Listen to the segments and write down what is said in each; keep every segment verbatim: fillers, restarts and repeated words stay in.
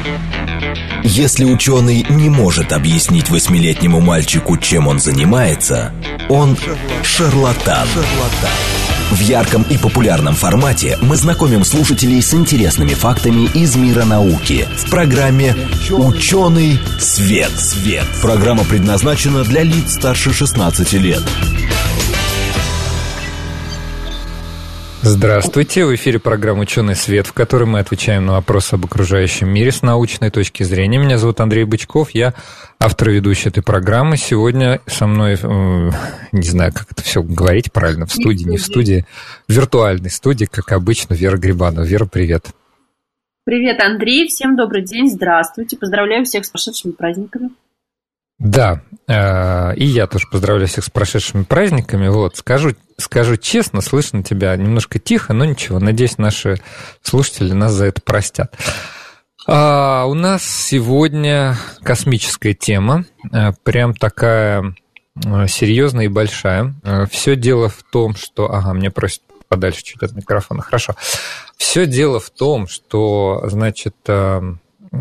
Если ученый не может объяснить восьмилетнему мальчику, чем он занимается, он шарлатан. В ярком и популярном формате мы знакомим слушателей с интересными фактами из мира науки в программе «Ученый свет». Свет. Программа предназначена для лиц старше шестнадцати лет. Здравствуйте, в эфире программа «Ученый свет», в которой мы отвечаем на вопросы об окружающем мире с научной точки зрения. Меня зовут Андрей Бычков, я автор и ведущий этой программы. Сегодня со мной, не знаю, как это все говорить правильно, в студии, не в студии, в виртуальной студии, как обычно, Вера Грибанова. Вера, привет. Привет, Андрей, всем добрый день, здравствуйте, поздравляю всех с прошедшими праздниками. Да, и я тоже поздравляю всех с прошедшими праздниками. Вот, скажу, скажу честно, слышно тебя немножко тихо, но ничего. Надеюсь, наши слушатели нас за это простят. А у нас сегодня космическая тема, прям такая серьезная и большая. Все дело в том, что... Ага, меня просят подальше чуть от микрофона. Хорошо. Все дело в том, что, значит, все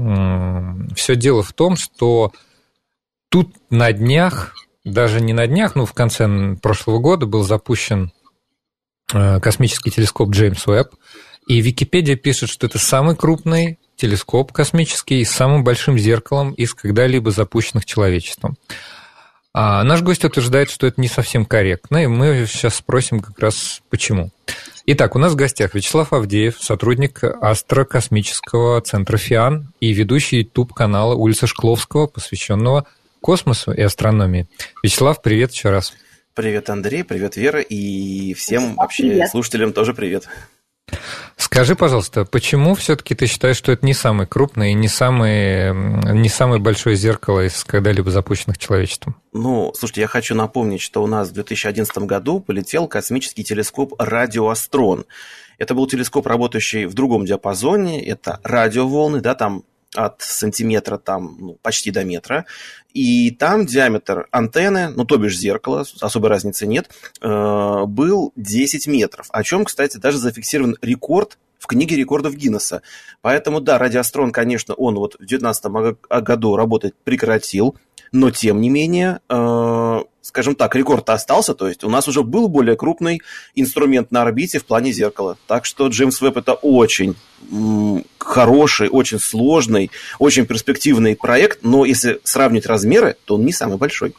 дело в том, что тут на днях, даже не на днях, но в конце прошлого года был запущен космический телескоп Джеймс Уэбб, и Википедия пишет, что это самый крупный телескоп космический с самым большим зеркалом из когда-либо запущенных человечеством. А наш гость утверждает, что это не совсем корректно, и мы сейчас спросим как раз почему. Итак, у нас в гостях Вячеслав Авдеев, сотрудник астрокосмического центра ФИАН и ведущий YouTube-канала «Улица Шкловского», посвященного космосу и астрономии. Вячеслав, привет еще раз. Привет, Андрей, привет, Вера, и всем Вячеслав, вообще привет. Слушателям тоже привет. Скажи, пожалуйста, почему все-таки ты считаешь, что это не самый крупный и не самый, не самое большое зеркало из когда-либо запущенных человечеством? Ну, слушайте, я хочу напомнить, что у нас в две тысячи одиннадцатом году полетел космический телескоп «Радиоастрон». Это был телескоп, работающий в другом диапазоне, это радиоволны, да, там от сантиметра там, ну, почти до метра, и там диаметр антенны, ну, то бишь зеркала, особой разницы нет, э, был десять метров, о чем, кстати, даже зафиксирован рекорд в книге рекордов Гиннесса. Поэтому, да, радиоастрон, конечно, он вот в две тысячи девятнадцатом году работать прекратил, но, тем не менее, э, скажем так, рекорд-то остался, то есть у нас уже был более крупный инструмент на орбите в плане зеркала. Так что Джеймс Уэбб – это очень м, хороший, очень сложный, очень перспективный проект, но если сравнить размеры, то он не самый большой.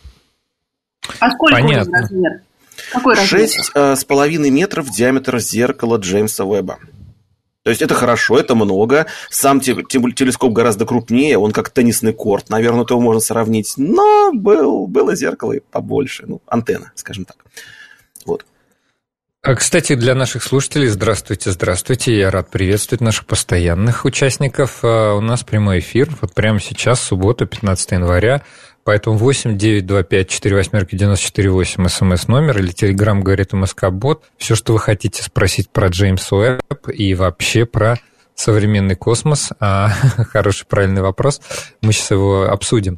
А сколько Понятно. размер? Какой размер? Шесть с половиной метров диаметр зеркала Джеймса Уэбба. То есть это хорошо, это много. Сам телескоп гораздо крупнее, он как теннисный корт. Наверное, его можно сравнить. Но был, было зеркало и побольше. Ну, антенна, скажем так. Вот. Кстати, для наших слушателей, здравствуйте, здравствуйте. Я рад приветствовать наших постоянных участников. У нас прямой эфир. Вот прямо сейчас, суббота, пятнадцатого января. Поэтому восемь девятьсот двадцать пять четыре восемь девяносто четыре восемь смс-номер или телеграм говорит МСК-бот. Все, что вы хотите спросить про Джеймса Уэбб и вообще про современный космос. А, хороший, правильный вопрос. Мы сейчас его обсудим.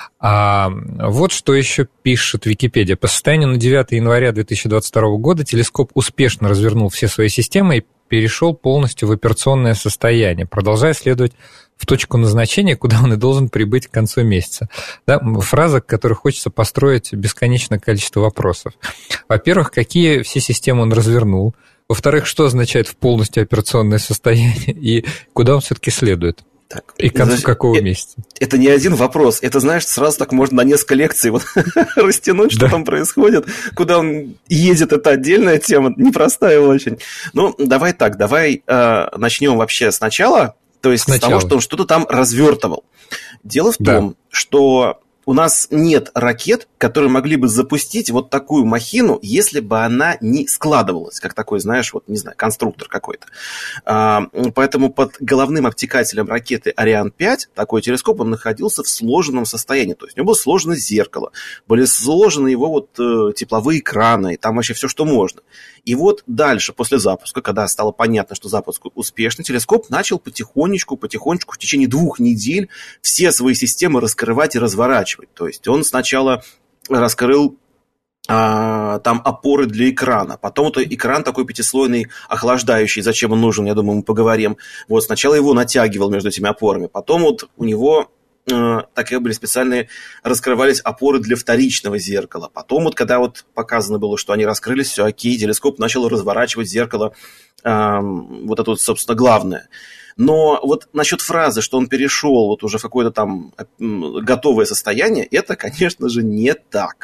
А вот что еще пишет Википедия. По состоянию на девятого января две тысячи двадцать второго года телескоп успешно развернул все свои системы и перешел полностью в операционное состояние, продолжая следовать в точку назначения, куда он и должен прибыть к концу месяца. Да, фраза, к которой хочется построить бесконечное количество вопросов. Во-первых, какие все системы он развернул? Во-вторых, что означает в полностью операционное состояние? И куда он все-таки следует? Так, и к концу значит, какого это, месяца? Это не один вопрос. Это, знаешь, сразу так можно на несколько лекций вот растянуть, что да. там происходит. Куда он едет, это отдельная тема, непростая очень. Ну, давай так, давай э, начнем вообще сначала. То есть Сначала. с того, что он что-то там развертывал. Дело в да. том, что у нас нет ракет, которые могли бы запустить вот такую махину, если бы она не складывалась, как такой, знаешь, вот, не знаю, конструктор какой-то. А, поэтому под головным обтекателем ракеты Ариан пять такой телескоп, он находился в сложенном состоянии. То есть у него было сложено зеркало, были сложены его вот э, тепловые экраны, и там вообще все, что можно. И вот дальше, после запуска, когда стало понятно, что запуск успешный, телескоп начал потихонечку, потихонечку в течение двух недель все свои системы раскрывать и разворачивать. То есть он сначала раскрыл там опоры для экрана. Потом это экран такой пятислойный, охлаждающий. Зачем он нужен, я думаю, мы поговорим. Вот сначала его натягивал между этими опорами. Потом вот у него э, такие были специальные, раскрывались опоры для вторичного зеркала. Потом вот когда вот показано было, что они раскрылись, все окей, телескоп начал разворачивать зеркало, э, вот это вот, собственно, главное. Но вот насчет фразы, что он перешел вот уже в какое-то там готовое состояние, это, конечно же, не так.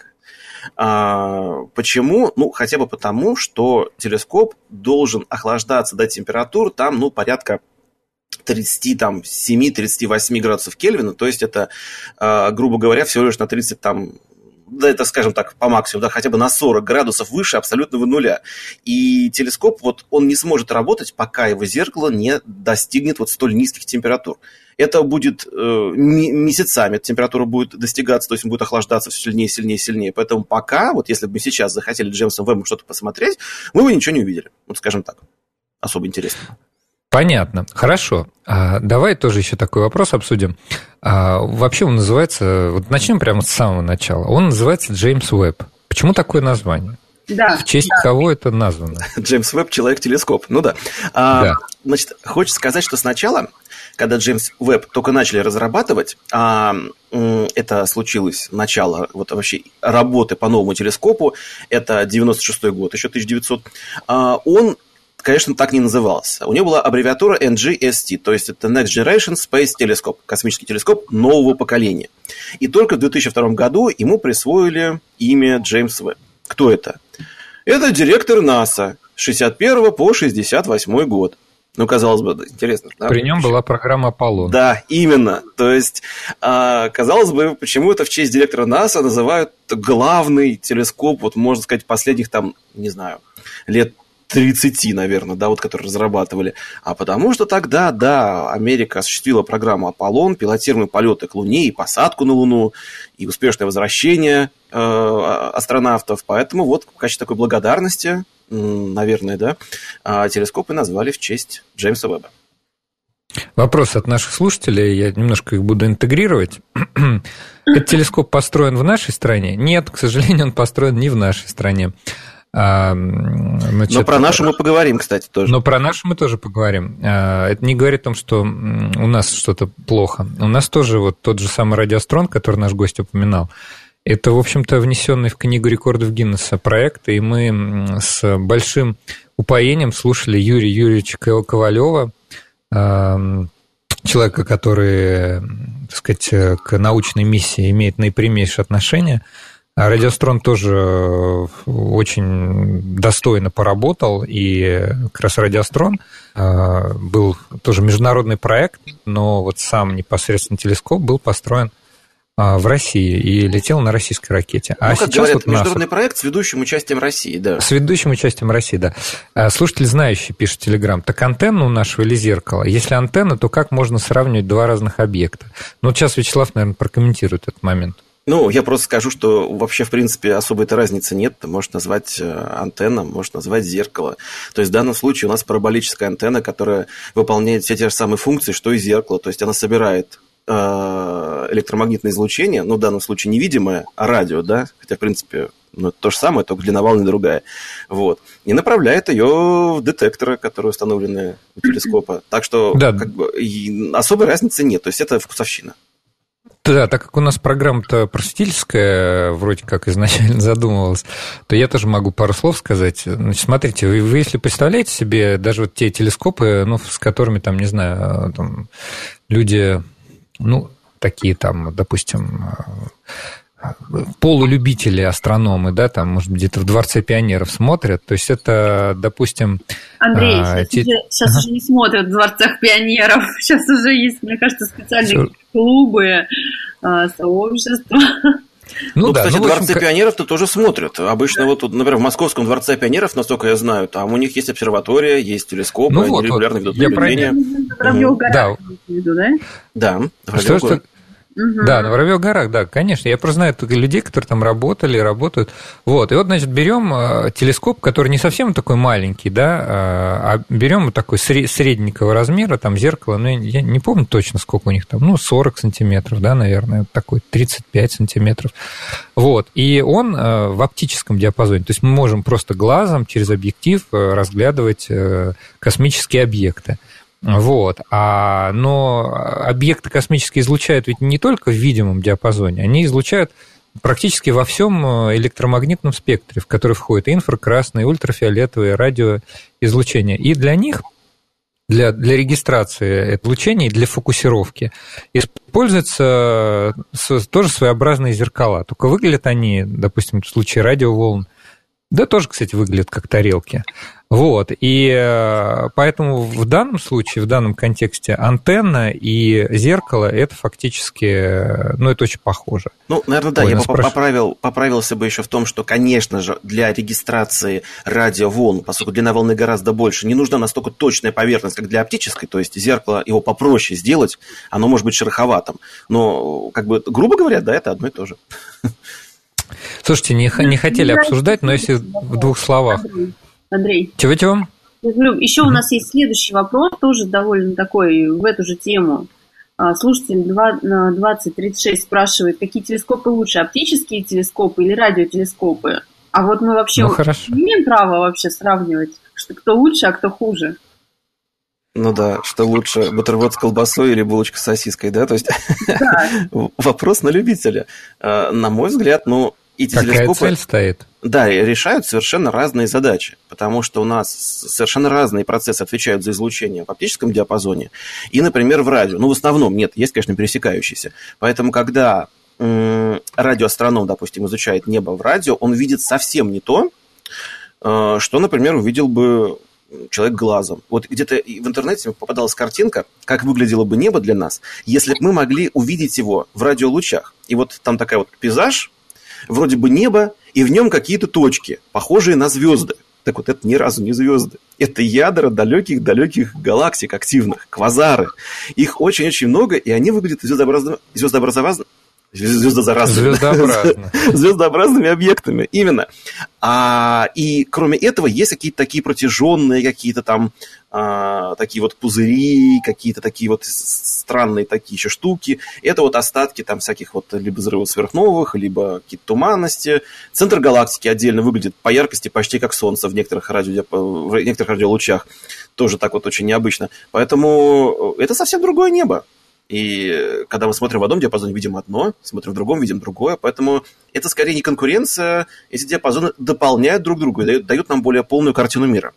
А, почему? Ну, хотя бы потому, что телескоп должен охлаждаться до температур там, ну, порядка тридцать семь - тридцать восемь градусов Кельвина, то есть это, а, грубо говоря, всего лишь на тридцать там, да, это, скажем так, по максимуму, да, хотя бы на сорок градусов выше абсолютного нуля. И телескоп, вот, он не сможет работать, пока его зеркало не достигнет вот столь низких температур. Это будет э, месяцами, температура будет достигаться, то есть он будет охлаждаться все сильнее, сильнее, сильнее. Поэтому пока, вот если бы мы сейчас захотели Джеймсом Веббом что-то посмотреть, мы бы ничего не увидели. Вот скажем так, особо интересно. Понятно. Хорошо. А, давай тоже еще такой вопрос обсудим. А, вообще он называется, вот начнем прямо с самого начала. Он называется Джеймс Уэбб. Почему такое название? Да, в честь да. кого это названо? Джеймс Уэбб, человек-телескоп. Ну да. А, да. Значит, хочется сказать, что сначала, когда Джеймс Уэбб только начали разрабатывать, а, это случилось начало вот вообще работы по новому телескопу, это девяносто шестой год, еще тысяча девятьсот, а, он, конечно, так не назывался. У него была аббревиатура эн джи эс ти, то есть это Next Generation Space Telescope, космический телескоп нового поколения. И только в две тысячи втором году ему присвоили имя Джеймс Уэбб. Кто это? Это директор НАСА с шестьдесят первого по шестьдесят восьмой год. Ну, казалось бы, интересно. Да? При нем была программа Аполлон. Да, именно. То есть, казалось бы, почему это в честь директора НАСА называют главный телескоп, вот можно сказать, последних там, не знаю, лет тридцати, наверное, да, вот которые разрабатывали. А потому что тогда, да, Америка осуществила программу Аполлон, пилотируемые полеты к Луне и посадку на Луну, и успешное возвращение э, астронавтов. Поэтому вот в качестве такой благодарности, наверное, да, телескопы назвали в честь Джеймса Уэбба. Вопрос от наших слушателей, я немножко их буду интегрировать. Этот телескоп построен в нашей стране? Нет, к сожалению, он построен не в нашей стране. А, значит, но про нашу мы поговорим, кстати, тоже. Но про нашу мы тоже поговорим. Это не говорит о том, что у нас что-то плохо. У нас тоже вот тот же самый радиоастрон, который наш гость упоминал, это, в общем-то, внесенный в Книгу рекордов Гиннесса проект, и мы с большим упоением слушали Юрия Юрьевича Ковалева, человека, который, так сказать, к научной миссии имеет наипрямейшее отношение. Радиоастрон тоже очень достойно поработал, и как раз Радиоастрон был тоже международный проект, но вот сам непосредственно телескоп был построен в России и летел на российской ракете. А ну, как сейчас говорят, вот международный НАСА... проект с ведущим участием России, да. С ведущим участием России, да. Слушатель знающий пишет Телеграм, так антенна у нашего или зеркало? Если антенна, то как можно сравнивать два разных объекта? Ну, вот сейчас Вячеслав, наверное, прокомментирует этот момент. Ну, я просто скажу, что вообще, в принципе, особой-то разницы нет. Ты можешь назвать антенна, можешь назвать зеркало. То есть в данном случае у нас параболическая антенна, которая выполняет все те же самые функции, что и зеркало. То есть она собирает электромагнитное излучение, ну, в данном случае невидимое, а радио, да, хотя, в принципе, ну, это то же самое, только длина волны другая, вот, и направляет ее в детекторы, которые установлены у телескопа. Так что да. как бы, особой разницы нет, то есть это вкусовщина. Да, так как у нас программа-то просветительская, вроде как изначально задумывалась, то я тоже могу пару слов сказать. Значит, смотрите, вы, вы если представляете себе даже вот те телескопы, ну, с которыми, там, не знаю, там, люди, ну, такие там, допустим, полулюбители астрономы, да, там, может быть, где-то в Дворце пионеров смотрят, то есть это, допустим... Андрей, а, сейчас, те... уже, сейчас ага. уже не смотрят в Дворцах пионеров, сейчас уже есть, мне кажется, специальные Все... клубы, сообщества. Ну, ну да, кстати, ну, Дворцы общем... пионеров-то тоже смотрят. Обычно вот тут, например, в Московском Дворце пионеров, насколько я знаю, там у них есть обсерватория, есть телескопы, ну, они вот, регулярно вот. ведут наблюдения. Угу. Да. Да, что, что... Угу. Да, на Воробьевых горах, да, конечно. Я просто знаю людей, которые там работали, работают. Вот, и вот, значит, берем телескоп, который не совсем такой маленький, да, а берем вот такой средненького размера, там зеркало, ну, я не помню точно, сколько у них там, ну, сорок сантиметров, да, наверное, такой тридцать пять сантиметров. Вот, и он в оптическом диапазоне, то есть мы можем просто глазом через объектив разглядывать космические объекты. Вот. А, но объекты космические излучают ведь не только в видимом диапазоне, они излучают практически во всем электромагнитном спектре, в который входит инфракрасное, ультрафиолетовое, радиоизлучение. И для них, для, для регистрации излучений, для фокусировки, используются тоже своеобразные зеркала. Только выглядят они, допустим, в случае радиоволн, да тоже, кстати, выглядят как тарелки. Вот, и поэтому в данном случае, в данном контексте антенна и зеркало – это фактически, ну, это очень похоже. Ну, наверное, да, Ой, я спраш... поправил, поправился бы еще в том, что, конечно же, для регистрации радиоволн, поскольку длина волны гораздо больше, не нужна настолько точная поверхность, как для оптической, то есть зеркало его попроще сделать, оно может быть шероховатым, но, как бы, грубо говоря, да, это одно и то же. Слушайте, не, не хотели обсуждать, но если в двух словах. Андрей. Чего-чего? Еще у нас есть следующий вопрос, тоже довольно такой, в эту же тему. Слушатель двадцать тридцать шесть спрашивает, какие телескопы лучше, оптические телескопы или радиотелескопы? А вот мы вообще ну, не имеем права вообще сравнивать, что кто лучше, а кто хуже. Ну да, что лучше, бутерброд с колбасой или булочка с сосиской, да? То есть да. Вопрос на любителя. На мой взгляд, ну, эти Какая телескопы... цель стоит? Да, решают совершенно разные задачи, потому что у нас совершенно разные процессы отвечают за излучение в оптическом диапазоне и, например, в радио. Ну, в основном нет, есть, конечно, пересекающиеся. Поэтому, когда м- радиоастроном, допустим, изучает небо в радио, он видит совсем не то, э- что, например, увидел бы человек глазом. Вот где-то в интернете попадалась картинка, как выглядело бы небо для нас, если бы мы могли увидеть его в радиолучах. И вот там такая вот пейзаж, вроде бы небо, и в нем какие-то точки, похожие на звезды. Так вот, это ни разу не звезды. Это ядра далеких-далеких галактик активных, квазары. Их очень-очень много, и они выглядят звездообразными, звездообразными, звездообразными, звездообразно. звездообразными объектами. Именно. А, и кроме этого, есть какие-то такие протяженные, какие-то там а, такие вот пузыри, какие-то такие вот странные такие еще штуки. Это вот остатки там всяких вот либо взрывов сверхновых, либо какие-то туманности. Центр галактики отдельно выглядит по яркости почти как Солнце в некоторых, радио, в некоторых радиолучах. Тоже так вот очень необычно. Поэтому это совсем другое небо. И когда мы смотрим в одном диапазоне, видим одно, смотрим в другом, видим другое. Поэтому это скорее не конкуренция. Эти диапазоны дополняют друг друга и дают, дают нам более полную картину мира.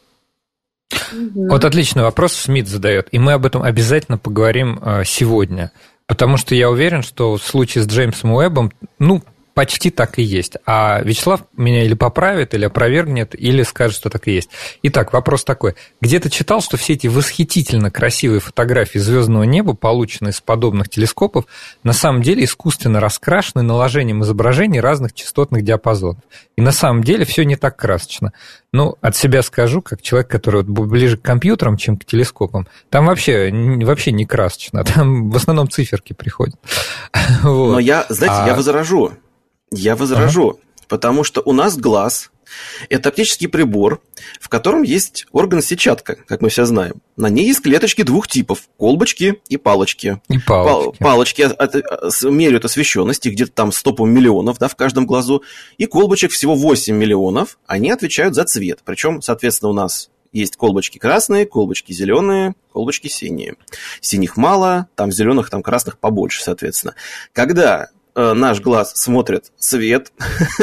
Вот отличный вопрос Смит задает, и мы об этом обязательно поговорим сегодня, потому что я уверен, что в случае с Джеймсом Уэббом, ну, почти так и есть. А Вячеслав меня или поправит, или опровергнет, или скажет, что так и есть. Итак, вопрос такой. Где-то читал, что все эти восхитительно красивые фотографии звездного неба, полученные с подобных телескопов, на самом деле искусственно раскрашены наложением изображений разных частотных диапазонов. И на самом деле все не так красочно. Ну, от себя скажу, как человек, который вот ближе к компьютерам, чем к телескопам, там вообще, вообще не красочно. Там в основном циферки приходят. Вот. Но я, знаете, а... я возражу. Я возражу, ага. потому что у нас глаз – это оптический прибор, в котором есть орган сетчатка, как мы все знаем. На ней есть клеточки двух типов – колбочки и палочки. И палочки. Палочки от, от, меряют освещенность, их где-то там сто миллионов, да, в каждом глазу. И колбочек всего восемь миллионов, они отвечают за цвет. Причем, соответственно, у нас есть колбочки красные, колбочки зеленые, колбочки синие. Синих мало, там зеленых, там красных побольше, соответственно. Когда наш глаз смотрит свет,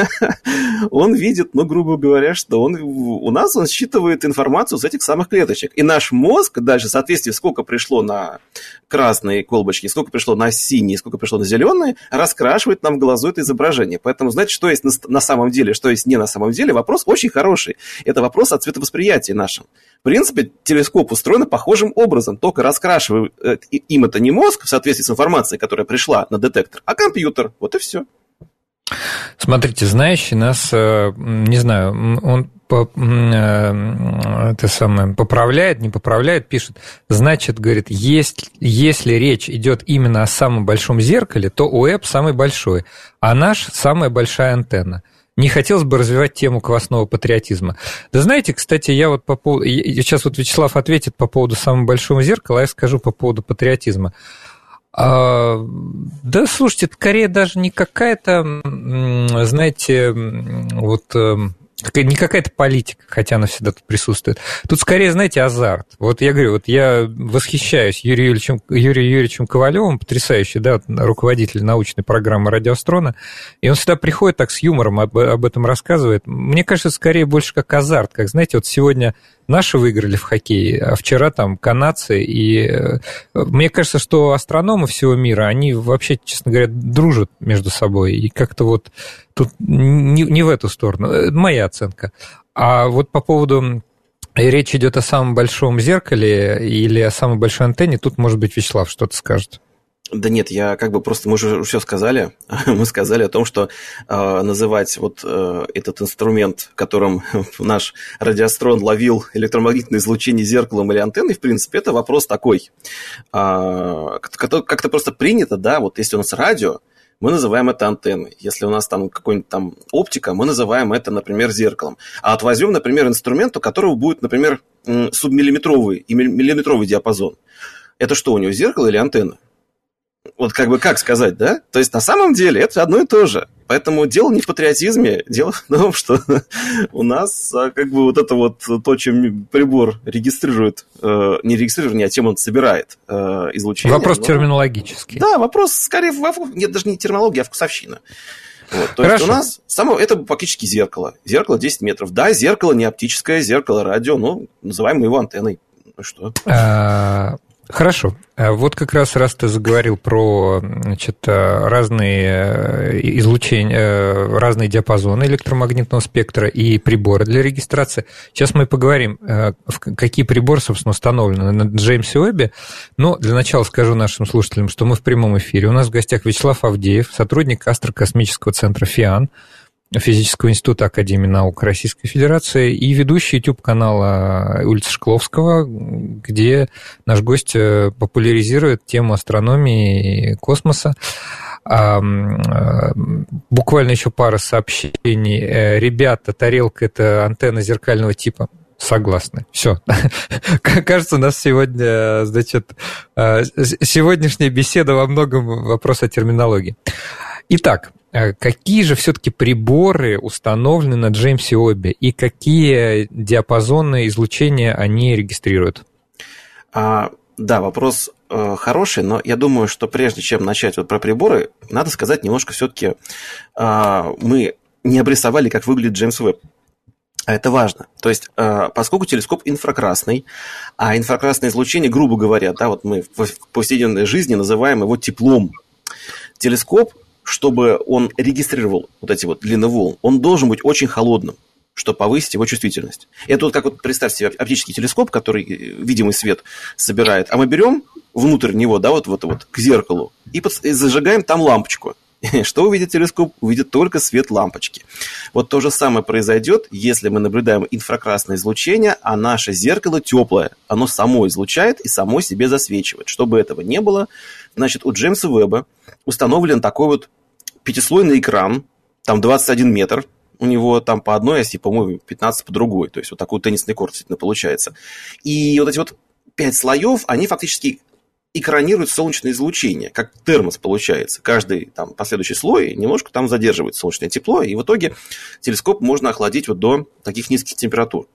он видит, ну, грубо говоря, что он, у нас он считывает информацию с этих самых клеточек. И наш мозг дальше, в соответствии, сколько пришло на красные колбочки, сколько пришло на синие, сколько пришло на зеленые, раскрашивает нам в глазу это изображение. Поэтому, знаете, что есть на, на самом деле, что есть не на самом деле, вопрос очень хороший. Это вопрос о цветовосприятии нашем. В принципе, телескоп устроен похожим образом, только раскрашивает им это не мозг в соответствии с информацией, которая пришла на детектор, а компьютер. Вот и все. Смотрите, знающий нас, не знаю, он по, это самое, поправляет, не поправляет, пишет, значит, говорит, есть, если речь идет именно о самом большом зеркале, то УЭП самый большой, а наш самая большая антенна. Не хотелось бы развивать тему квасного патриотизма. Да знаете, кстати, я вот по поводу... Сейчас вот Вячеслав ответит по поводу самого большого зеркала, а я скажу по поводу патриотизма. А, да, слушайте, скорее даже не какая-то, знаете, вот... не какая-то политика, хотя она всегда тут присутствует. Тут скорее, знаете, азарт. Вот я говорю, вот я восхищаюсь Юрием Юрьевичем, Юрием Юрьевичем Ковалевым, потрясающий, да, руководитель научной программы «Радиоастрона», и он всегда приходит так с юмором об, об этом рассказывает. Мне кажется, скорее больше как азарт, как, знаете, вот сегодня наши выиграли в хоккей, а вчера там канадцы, и мне кажется, что астрономы всего мира, они вообще, честно говоря, дружат между собой, и как-то вот тут не, не в эту сторону. Это моя оценка. А вот по поводу... Речь идет о самом большом зеркале или о самой большой антенне, тут, может быть, Вячеслав что-то скажет. Да нет, я как бы просто, мы уже все сказали, мы сказали о том, что э, называть вот э, этот инструмент, которым наш радиоастрон ловил электромагнитное излучение зеркалом или антенной, в принципе, это вопрос такой. Э, как-то просто принято, да, вот если у нас радио, мы называем это антенной. Если у нас там какой-нибудь там оптика, мы называем это, например, зеркалом. А вот возьмем, например, инструмент, у которого будет, например, субмиллиметровый и миллиметровый диапазон. Это что, у него зеркало или антенна? Вот как бы как сказать, да? То есть на самом деле это одно и то же. Поэтому дело не в патриотизме, дело в том, что у нас как бы вот это вот то, чем прибор регистрирует, не регистрирует, не, а чем он собирает излучение. Вопрос но... терминологический. Да, вопрос скорее, нет, даже не терминология, а вкусовщина. Вот, то есть у нас само, это фактически зеркало. Зеркало десять метров. Да, зеркало не оптическое, зеркало радио, но называем его антенной. Ну что? Хорошо. Вот как раз раз ты заговорил про, значит, разные излучения, разные диапазоны электромагнитного спектра и приборы для регистрации. Сейчас мы поговорим, какие приборы, собственно, установлены на Джеймсе Уэббе. Но для начала скажу нашим слушателям, что мы в прямом эфире. У нас в гостях Вячеслав Авдеев, сотрудник Астрокосмического центра ФИАН, Физического института Академии наук Российской Федерации, и ведущий YouTube-канала улицы Шкловского, где наш гость популяризирует тему астрономии и космоса. Буквально еще пара сообщений. Ребята, тарелка – это антенна зеркального типа. Согласны. Все. Кажется, у нас сегодня, значит, сегодняшняя беседа во многом вопрос о терминологии. Итак, какие же все-таки приборы установлены на Джеймсе Уэббе и какие диапазоны излучения они регистрируют? А, да, вопрос э, хороший, но я думаю, что прежде чем начать вот про приборы, надо сказать немножко все-таки, э, мы не обрисовали, как выглядит Джеймс Уэбб. А это важно. То есть, э, поскольку телескоп инфракрасный, а инфракрасное излучение, грубо говоря, да, вот мы в повседневной жизни называем его теплом. Телескоп, чтобы он регистрировал вот эти вот длины волн, он должен быть очень холодным, чтобы повысить его чувствительность. Это вот как вот представьте себе оптический телескоп, который видимый свет собирает, а мы берем внутрь него, да, вот, вот, вот к зеркалу и, под, и зажигаем там лампочку. Что увидит телескоп? Увидит только свет лампочки. Вот то же самое произойдет, если мы наблюдаем инфракрасное излучение, а наше зеркало теплое. Оно само излучает и само себе засвечивает. Чтобы этого не было, значит, у Джеймса Уэбба установлен такой вот пятислойный экран, там двадцать один метр, у него там по одной оси, по-моему, пятнадцать по другой. То есть вот такой теннисный корт действительно получается. И вот эти вот пять слоев, они фактически экранирует солнечное излучение, как термос получается. Каждый там последующий слой немножко там задерживает солнечное тепло, и в итоге телескоп можно охладить вот до таких низких температур.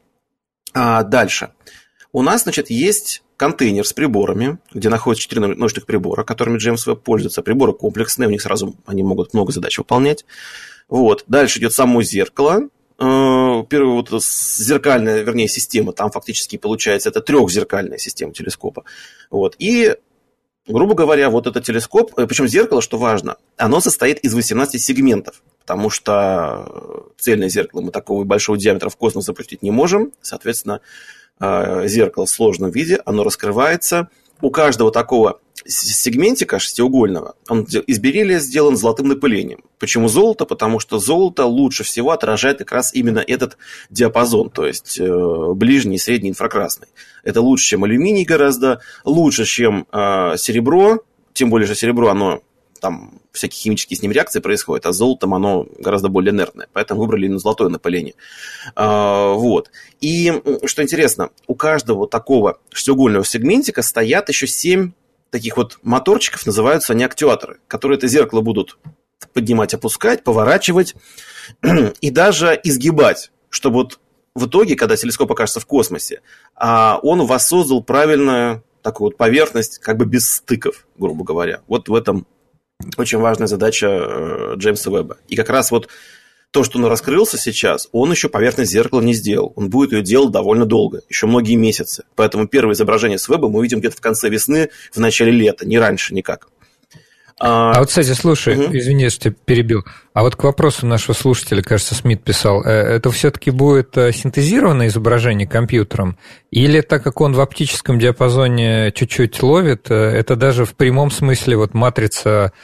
А дальше. У нас, значит, есть контейнер с приборами, где находятся четыре научных прибора, которыми Джеймс Уэбб пользуется. Приборы комплексные, у них сразу они могут много задач выполнять. Вот. Дальше идет само зеркало. Первая вот зеркальная, вернее, система, там фактически получается, это трехзеркальная система телескопа. Вот. И, грубо говоря, вот этот телескоп, причем зеркало, что важно, оно состоит из восемнадцати сегментов, потому что цельное зеркало мы такого большого диаметра в космос запустить не можем. Соответственно, зеркало в сложном виде, оно раскрывается у каждого такого сегментика шестиугольного, он из бериллия сделан золотым напылением. Почему золото? Потому что золото лучше всего отражает как раз именно этот диапазон, то есть э, ближний, средний, инфракрасный. Это лучше, чем алюминий гораздо, лучше, чем э, серебро, тем более же серебро, оно там всякие химические с ним реакции происходят, а с золотом оно гораздо более инертное, поэтому выбрали именно золотое напыление. А, вот. И что интересно, у каждого такого шестиугольного сегментика стоят еще семь таких вот моторчиков, называются они актуаторы, которые это зеркало будут поднимать, опускать, поворачивать и даже изгибать, чтобы вот в итоге, когда телескоп окажется в космосе, он воссоздал правильную такую вот поверхность, как бы без стыков, грубо говоря. Вот в этом очень важная задача Джеймса Уэбба. И как раз вот то, что он раскрылся сейчас, он еще поверхность зеркала не сделал. Он будет ее делать довольно долго, еще многие месяцы. Поэтому первое изображение с Уэбба мы увидим где-то в конце весны, в начале лета, не раньше никак. А, а вот, кстати, слушай, угу. извини, что тебя перебил. А вот к вопросу нашего слушателя, кажется, Смит писал, это все-таки будет синтезированное изображение компьютером? Или так как он в оптическом диапазоне чуть-чуть ловит, это даже в прямом смысле вот матрица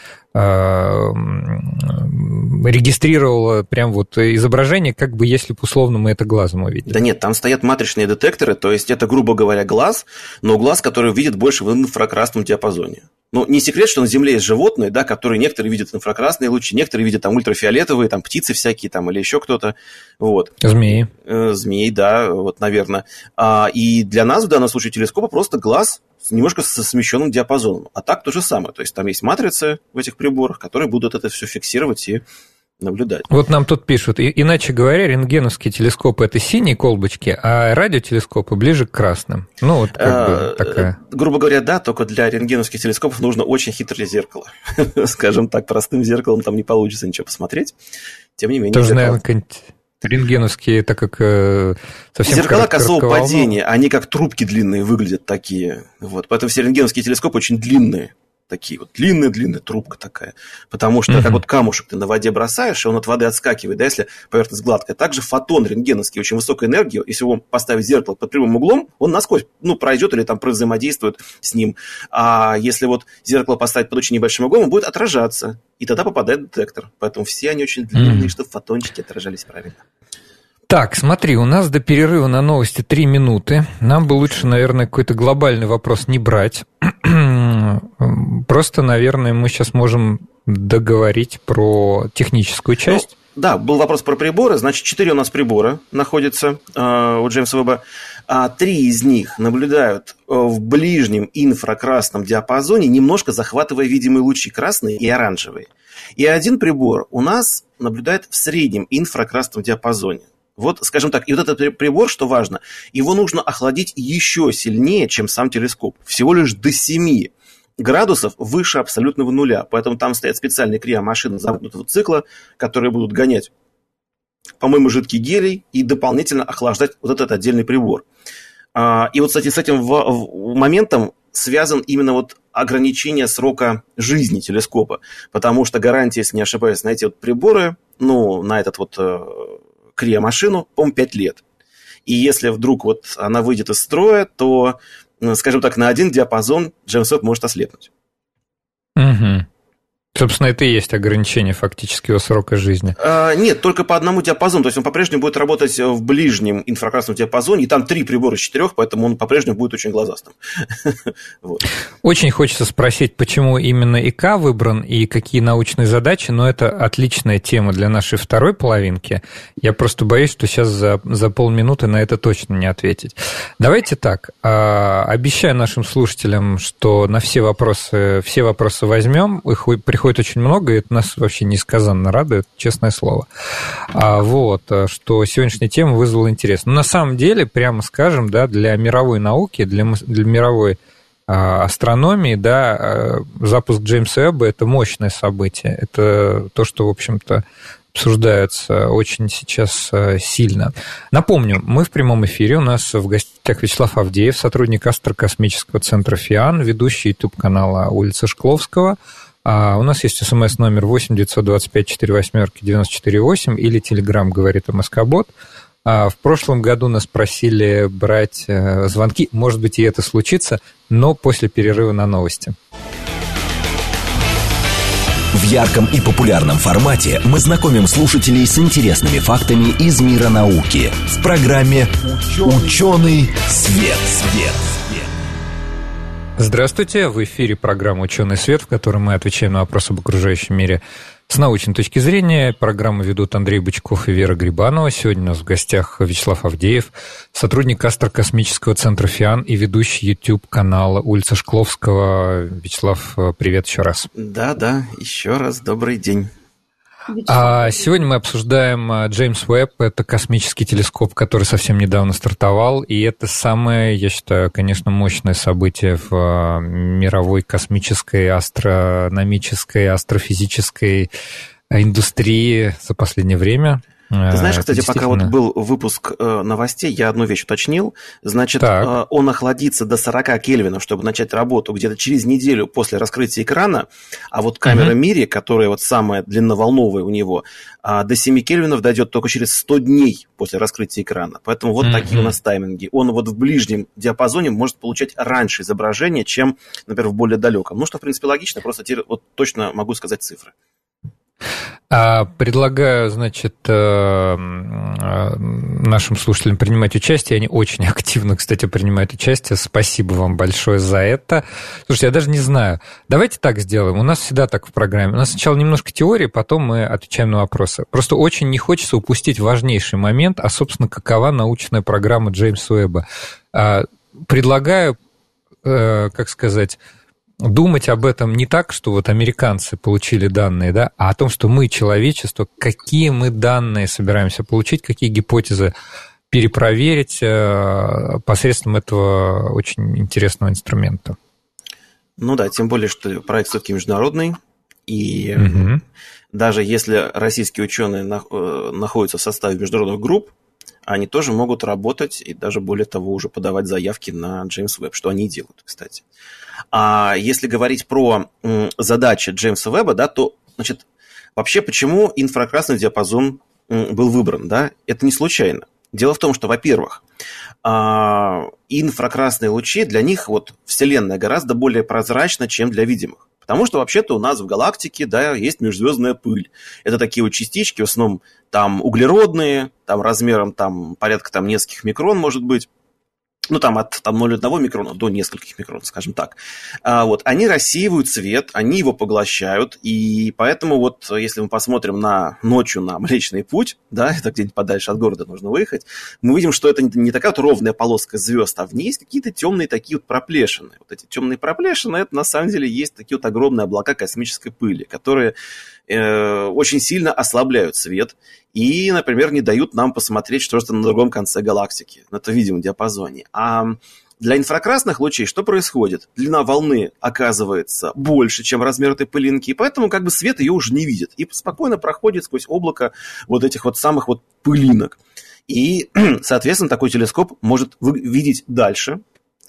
регистрировала прям вот изображение, как бы если бы условно мы это глазом увидели? Да нет, там стоят матричные детекторы, то есть это, грубо говоря, глаз, но глаз, который видит больше в инфракрасном диапазоне. Ну, не секрет, что на Земле есть животные, да, которые некоторые видят инфракрасные лучи, некоторые видят там ультрафиолетовые, там птицы всякие там или еще кто-то. Вот. Змеи. Э, змеи, да, вот, наверное. А, и для нас в данном случае телескопа просто глаз немножко со смещенным диапазоном. А так то же самое. То есть там есть матрицы в этих приборах, которые будут это все фиксировать и наблюдать. Вот нам тут пишут, и, иначе говоря, рентгеновские телескопы – это синие колбочки, а радиотелескопы ближе к красным. Ну, вот как а, бы такая... Грубо говоря, да, только для рентгеновских телескопов нужно очень хитрое зеркало. Скажем так, простым зеркалом там не получится ничего посмотреть. Тем не менее... Тоже, наверное, какие-нибудь рентгеновские, так как э, совсем... Зеркала косого падения, они как трубки длинные выглядят такие. Вот. Поэтому все рентгеновские телескопы очень длинные. Такие вот длинная-длинная трубка такая. Потому что, uh-huh. как вот камушек ты на воде бросаешь, и он от воды отскакивает, да, если поверхность гладкая. Также фотон рентгеновский, очень высокая энергия, если его поставить зеркало под прямым углом, он насквозь, ну, пройдет или там взаимодействует с ним. А если вот зеркало поставить под очень небольшим углом, он будет отражаться, и тогда попадает в детектор. Поэтому все они очень длинные, uh-huh. чтобы фотончики отражались правильно. Так, смотри, у нас до перерыва на новости три минуты. Нам бы лучше, наверное, какой-то глобальный вопрос не брать. Просто, наверное, мы сейчас можем договорить про техническую часть. Ну, да, был вопрос про приборы. Значит, четыре у нас прибора находятся э, у Джеймса Уэбба. А три из них наблюдают в ближнем инфракрасном диапазоне, немножко захватывая видимые лучи, красные и оранжевые. И один прибор у нас наблюдает в среднем инфракрасном диапазоне. Вот, скажем так, и вот этот прибор, что важно, его нужно охладить еще сильнее, чем сам телескоп. Всего лишь до семи градусов выше абсолютного нуля. Поэтому там стоят специальные криомашины замкнутого цикла, которые будут гонять, по-моему, жидкий гелий и дополнительно охлаждать вот этот отдельный прибор. И вот, кстати, с этим моментом связан именно вот ограничение срока жизни телескопа. Потому что гарантия, если не ошибаюсь, на эти вот приборы, ну, на этот вот... криомашину, по-моему, пять лет. И если вдруг вот она выйдет из строя, то, скажем так, на один диапазон Джеймс Уэбб может ослепнуть. Угу. Собственно, это и есть ограничение фактически его срока жизни. А, нет, только по одному диапазону. То есть он по-прежнему будет работать в ближнем инфракрасном диапазоне, и там три прибора из четырех, поэтому он по-прежнему будет очень глазастым. Вот. Очень хочется спросить, почему именно ИК выбран и какие научные задачи, но это отличная тема для нашей второй половинки. Я просто боюсь, что сейчас за, за полминуты на это точно не ответить. Давайте так. Обещаю нашим слушателям, что на все вопросы, все вопросы возьмем, их приходит очень много, и это нас вообще несказанно радует, честное слово. А вот, что сегодняшняя тема вызвала интерес. Но на самом деле, прямо скажем, да, для мировой науки, для, для мировой а, астрономии, да, а, запуск Джеймса Уэбба – это мощное событие. Это то, что, в общем-то, обсуждается очень сейчас сильно. Напомню, мы в прямом эфире, у нас в гостях Вячеслав Авдеев, сотрудник Астрокосмического центра ФИАН, ведущий YouTube-канала улицы Шкловского. А у нас есть смс-номер восемь девятьсот двадцать пять сорок восемь девяносто четыре восемь или телеграм «Говорит МСК-бот». В прошлом году нас просили брать звонки. Может быть, и это случится, но после перерыва на новости. В ярком и популярном формате мы знакомим слушателей с интересными фактами из мира науки в программе «Ученый свет». свет. Здравствуйте, в эфире программа «Ученый свет», в которой мы отвечаем на вопросы об окружающем мире с научной точки зрения. Программу ведут Андрей Бычков и Вера Грибанова. Сегодня у нас в гостях Вячеслав Авдеев, сотрудник Астрокосмического центра ФИАН и ведущий YouTube-канала «Улица Шкловского». Вячеслав, привет еще раз. Да-да, еще раз добрый день. А сегодня мы обсуждаем Джеймс Уэбб. Это космический телескоп, который совсем недавно стартовал. И это самое, я считаю, конечно, мощное событие в мировой космической, астрономической, астрофизической индустрии за последнее время. Ты знаешь, кстати, пока вот был выпуск э, новостей, я одну вещь уточнил. Значит, э, он охладится до сорок кельвинов, чтобы начать работу где-то через неделю после раскрытия экрана. А вот камера uh-huh. Мири, которая вот самая длинноволновая у него, э, до семи кельвинов дойдет только через сто дней после раскрытия экрана. Поэтому вот uh-huh. такие у нас тайминги. Он вот в ближнем диапазоне может получать раньше изображение, чем, например, в более далеком. Ну, что, в принципе, логично, просто теперь вот точно могу сказать цифры. Предлагаю, значит, нашим слушателям принимать участие. Они очень активно, кстати, принимают участие. Спасибо вам большое за это. Слушайте, я даже не знаю. Давайте так сделаем. У нас всегда так в программе. У нас сначала немножко теории, потом мы отвечаем на вопросы. Просто очень не хочется упустить важнейший момент, а, собственно, какова научная программа Джеймса Уэбба. Предлагаю, как сказать... думать об этом не так, что вот американцы получили данные, да, а о том, что мы, человечество, какие мы данные собираемся получить, какие гипотезы перепроверить посредством этого очень интересного инструмента. Ну да, тем более, что проект все-таки международный, и угу. даже если российские ученые находятся в составе международных групп, они тоже могут работать и даже, более того, уже подавать заявки на Джеймс Уэбб, что они и делают, кстати. А если говорить про м, задачи Джеймса Уэбба, да, то, значит, вообще почему инфракрасный диапазон м, был выбран, да, это не случайно. Дело в том, что, во-первых, а, инфракрасные лучи, для них вот Вселенная гораздо более прозрачна, чем для видимых. Потому что вообще-то у нас в галактике, да, есть межзвездная пыль. Это такие вот частички, в основном там углеродные, там размером там, порядка там, нескольких микрон, может быть. Ну, там от там, ноль целых одного микрона до нескольких микрон, скажем так. А, вот, они рассеивают свет, они его поглощают, и поэтому вот, если мы посмотрим на ночью на Млечный Путь, да, это где-нибудь подальше от города нужно выехать, мы видим, что это не такая вот ровная полоска звезд, а в ней есть какие-то темные такие вот проплешины. Вот эти темные проплешины, это на самом деле есть такие вот огромные облака космической пыли, которые э, очень сильно ослабляют свет и, например, не дают нам посмотреть что-то на другом конце галактики, на этом видимом диапазоне. А для инфракрасных лучей что происходит? Длина волны оказывается больше, чем размер этой пылинки, и поэтому как бы свет ее уже не видит. И спокойно проходит сквозь облако вот этих вот самых вот пылинок. И, соответственно, такой телескоп может видеть дальше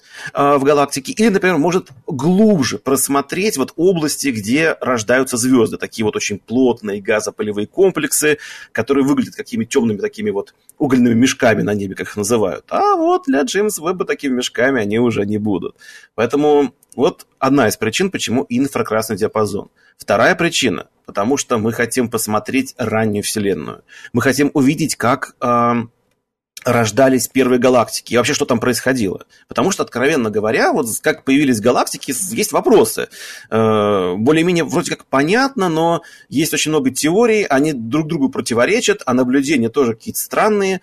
в галактике, или, например, может глубже просмотреть вот области, где рождаются звезды, такие вот очень плотные газопылевые комплексы, которые выглядят какими-то темными такими вот угольными мешками на небе, как их называют. А вот для Джеймса Уэбба такими мешками они уже не будут. Поэтому вот одна из причин, почему инфракрасный диапазон. Вторая причина, потому что мы хотим посмотреть раннюю Вселенную. Мы хотим увидеть, как... Э, рождались первые галактики и вообще, что там происходило. Потому что, откровенно говоря, вот как появились галактики, есть вопросы. Более-менее вроде как понятно, но есть очень много теорий, они друг другу противоречат, а наблюдения тоже какие-то странные.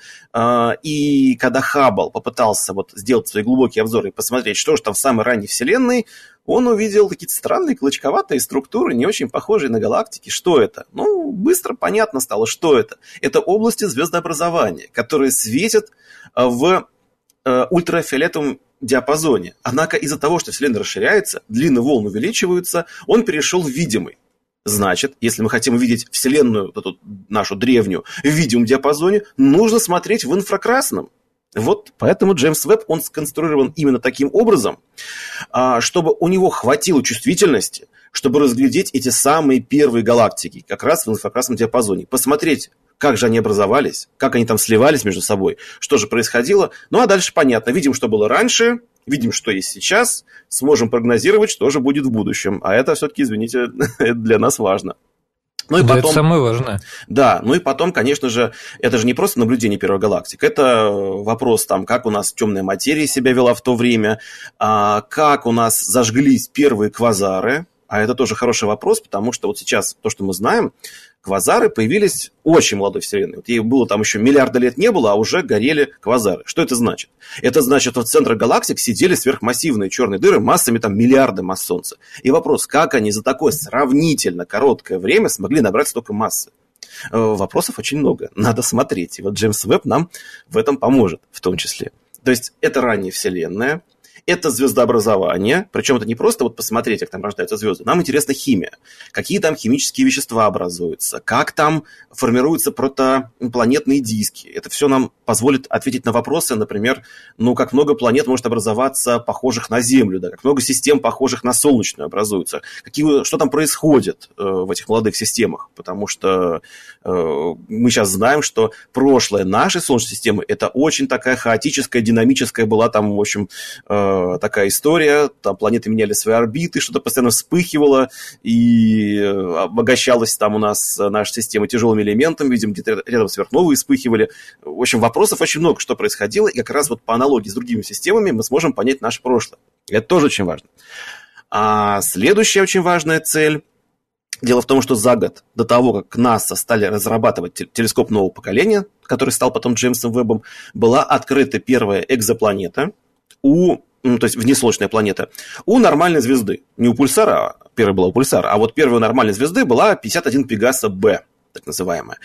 И когда Хаббл попытался вот сделать свои глубокие обзоры и посмотреть, что же там в самой ранней Вселенной, он увидел какие-то странные клочковатые структуры, не очень похожие на галактики. Что это? Ну, быстро понятно стало, что это. Это области звездообразования, которые светят в ультрафиолетовом диапазоне. Однако из-за того, что Вселенная расширяется, длины волн увеличиваются, он перешел в видимый. Значит, если мы хотим увидеть Вселенную, эту нашу древнюю, в видимом диапазоне, нужно смотреть в инфракрасном. Вот поэтому Джеймс Уэбб, он сконструирован именно таким образом, чтобы у него хватило чувствительности, чтобы разглядеть эти самые первые галактики, как раз в инфракрасном диапазоне. Посмотреть, как же они образовались, как они там сливались между собой, что же происходило. Ну, а дальше понятно. Видим, что было раньше, видим, что есть сейчас, сможем прогнозировать, что же будет в будущем. А это все-таки, извините, для нас важно. Ну и да, потом, это самое важное. Да, ну и потом, конечно же, это же не просто наблюдение первых галактик, это вопрос, там, как у нас темная материя себя вела в то время, как у нас зажглись первые квазары, а это тоже хороший вопрос, потому что вот сейчас то, что мы знаем, квазары появились в очень молодой Вселенной. Вот ей было там еще миллиарда лет не было, а уже горели квазары. Что это значит? Это значит, что в центре галактик сидели сверхмассивные черные дыры массами там миллиарды масс Солнца. И вопрос, как они за такое сравнительно короткое время смогли набрать столько массы? Вопросов очень много. Надо смотреть. И вот Джеймс Уэбб нам в этом поможет в том числе. То есть это ранняя Вселенная. Это звездообразование, причем это не просто вот посмотреть, как там рождаются звезды. Нам интересна химия, какие там химические вещества образуются, как там формируются протопланетные диски. Это все нам позволит ответить на вопросы, например, ну, как много планет может образоваться, похожих на Землю, да, как много систем, похожих на Солнечную, образуются, какие, что там происходит э, в этих молодых системах, потому что э, мы сейчас знаем, что прошлое нашей Солнечной системы это очень такая хаотическая, динамическая была там, в общем, э, такая история, там планеты меняли свои орбиты, что-то постоянно вспыхивало, и обогащалась там у нас наша система тяжелыми элементами, видим, где-то рядом сверхновые вспыхивали. В общем, вопросов очень много, что происходило, и как раз вот по аналогии с другими системами мы сможем понять наше прошлое. Это тоже очень важно. А следующая очень важная цель. Дело в том, что за год до того, как НАСА стали разрабатывать телескоп нового поколения, который стал потом Джеймсом Уэббом, была открыта первая экзопланета у... Ну, то есть внесолнечная планета, у нормальной звезды. Не у пульсара, первая была у пульсара, а вот первая у нормальной звезды была пятьдесят один Пегаса Б, так называемая.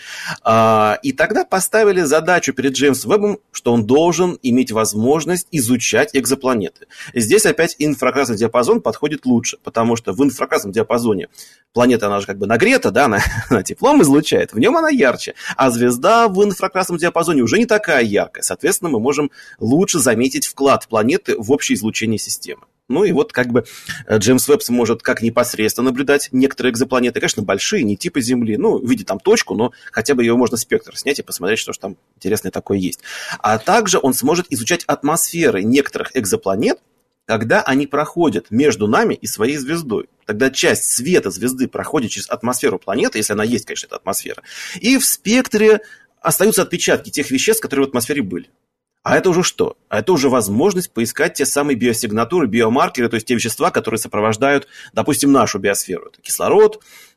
И тогда поставили задачу перед Джеймсом Уэббом, что он должен иметь возможность изучать экзопланеты. И здесь опять инфракрасный диапазон подходит лучше, потому что в инфракрасном диапазоне планета, она же как бы нагрета, да, она, она теплом излучает, в нем она ярче, а звезда в инфракрасном диапазоне уже не такая яркая. Соответственно, мы можем лучше заметить вклад планеты в общее излучение системы. Ну и вот как бы Джеймс Уэбб сможет как непосредственно наблюдать некоторые экзопланеты, конечно, большие, не типа Земли, ну, видеть там точку, но хотя бы ее можно спектр снять и посмотреть, что же там интересное такое есть. А также он сможет изучать атмосферы некоторых экзопланет, когда они проходят между нами и своей звездой. Тогда часть света звезды проходит через атмосферу планеты, если она есть, конечно, эта атмосфера, и в спектре остаются отпечатки тех веществ, которые в атмосфере были. А это уже что? А это уже возможность поискать те самые биосигнатуры, биомаркеры, то есть те вещества, которые сопровождают, допустим, нашу биосферу. Это кислород,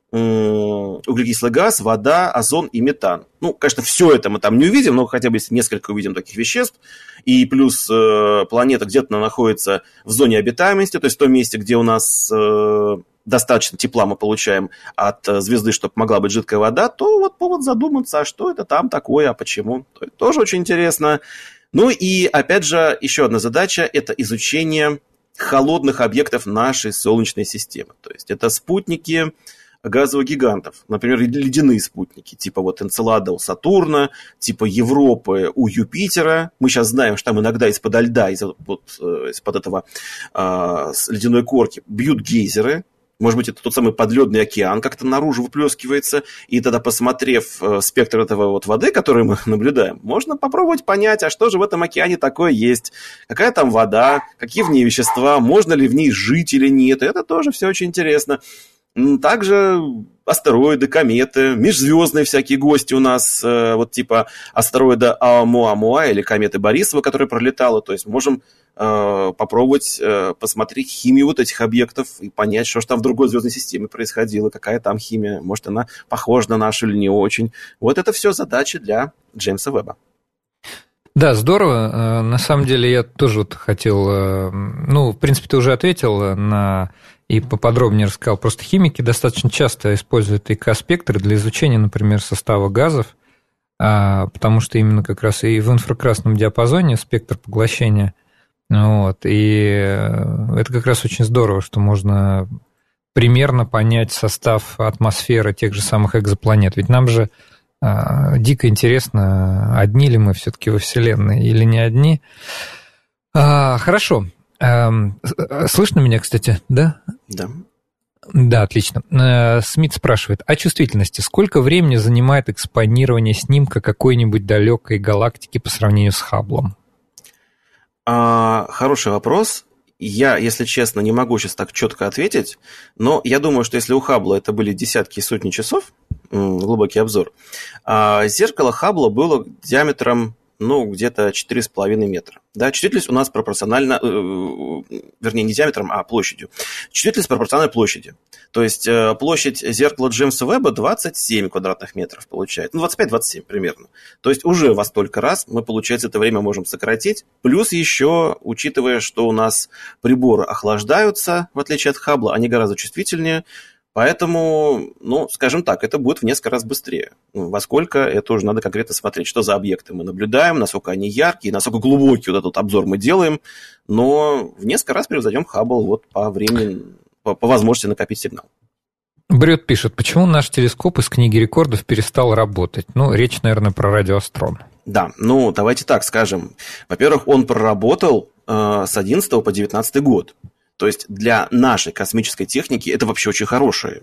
углекислый газ, вода, озон и метан. Ну, конечно, все это мы там не увидим, но хотя бы если несколько увидим таких веществ. И плюс э, планета где-то находится в зоне обитаемости, то есть в том месте, где у нас э, достаточно тепла мы получаем от э, звезды, чтобы могла быть жидкая вода, то вот повод задуматься, а что это там такое, а почему. То есть тоже очень интересно. Ну и, опять же, еще одна задача – это изучение холодных объектов нашей Солнечной системы. То есть это спутники газовых гигантов, например, ледяные спутники, типа вот Энцелада у Сатурна, типа Европы у Юпитера. Мы сейчас знаем, что там иногда из-под льда, из-под, из-под этого э, ледяной корки бьют гейзеры. Может быть, это тот самый подледный океан как-то наружу выплескивается, и тогда, посмотрев э, спектр этого вот воды, которую мы наблюдаем, можно попробовать понять, а что же в этом океане такое есть, какая там вода, какие в ней вещества, можно ли в ней жить или нет. Это тоже все очень интересно. Также астероиды, кометы, межзвездные всякие гости у нас, э, вот типа астероида Аомуамуа или кометы Борисова, которая пролетала. То есть можем э, попробовать э, посмотреть химию вот этих объектов и понять, что же там в другой звездной системе происходило, какая там химия, может, она похожа на нашу или не очень. Вот это все задачи для Джеймса Уэбба. Да, здорово. На самом деле я тоже вот хотел, ну, в принципе, ты уже ответил на и поподробнее рассказал. Просто химики достаточно часто используют ИК-спектры для изучения, например, состава газов, потому что именно как раз и в инфракрасном диапазоне спектр поглощения. Вот, и это как раз очень здорово, что можно примерно понять состав атмосферы тех же самых экзопланет. Ведь нам же дико интересно, одни ли мы все-таки во Вселенной или не одни. Хорошо. Слышно меня, кстати, да? Да. Да, отлично. Смит спрашивает, о чувствительности. Сколько времени занимает экспонирование снимка какой-нибудь далекой галактики по сравнению с Хабблом? А, хороший вопрос. Я, если честно, не могу сейчас так четко ответить, но я думаю, что если у Хаббла это были десятки и сотни часов, глубокий обзор, а зеркало Хаббла было диаметром, ну, где-то четыре с половиной метра. Да, чувствительность у нас пропорциональна, э, вернее, не диаметром, а площадью. Чувствительность пропорциональна площади. То есть э, площадь зеркала Джеймса Уэбба двадцать семь квадратных метров получает. Ну, двадцать пять - двадцать семь примерно. То есть уже во столько раз мы, получается, это время можем сократить. Плюс еще, учитывая, что у нас приборы охлаждаются, в отличие от Хаббла, они гораздо чувствительнее. Поэтому, ну, скажем так, это будет в несколько раз быстрее. Во сколько, это уже надо конкретно смотреть, что за объекты мы наблюдаем, насколько они яркие, насколько глубокий вот этот обзор мы делаем. Но в несколько раз превзойдем Хаббл вот по времени, по, по возможности накопить сигнал. Бред пишет, почему наш телескоп из книги рекордов перестал работать? Ну, речь, наверное, про радиоастрон. Да, ну, давайте так скажем. Во-первых, он проработал э, с одиннадцатого по девятнадцатый год. То есть для нашей космической техники это вообще очень хорошее,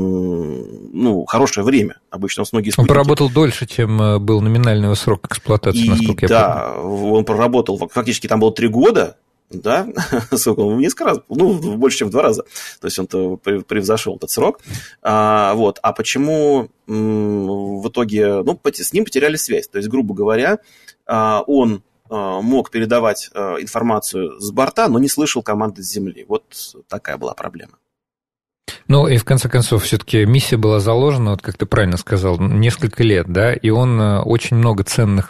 ну, хорошее время. Обычно многие спутники... Он поработал дольше, чем был номинальный срок эксплуатации, и, насколько я да, помню. Да, он проработал, фактически там было три года, да, сколько он, несколько раз, ну, больше, чем в два раза. То есть он-то превзошел этот срок. А, вот. А почему в итоге, ну, с ним потеряли связь? То есть, грубо говоря, он мог передавать информацию с борта, но не слышал команды с Земли. Вот такая была проблема. Ну, и в конце концов, все-таки миссия была заложена, вот как ты правильно сказал, несколько лет, да, и он очень много ценных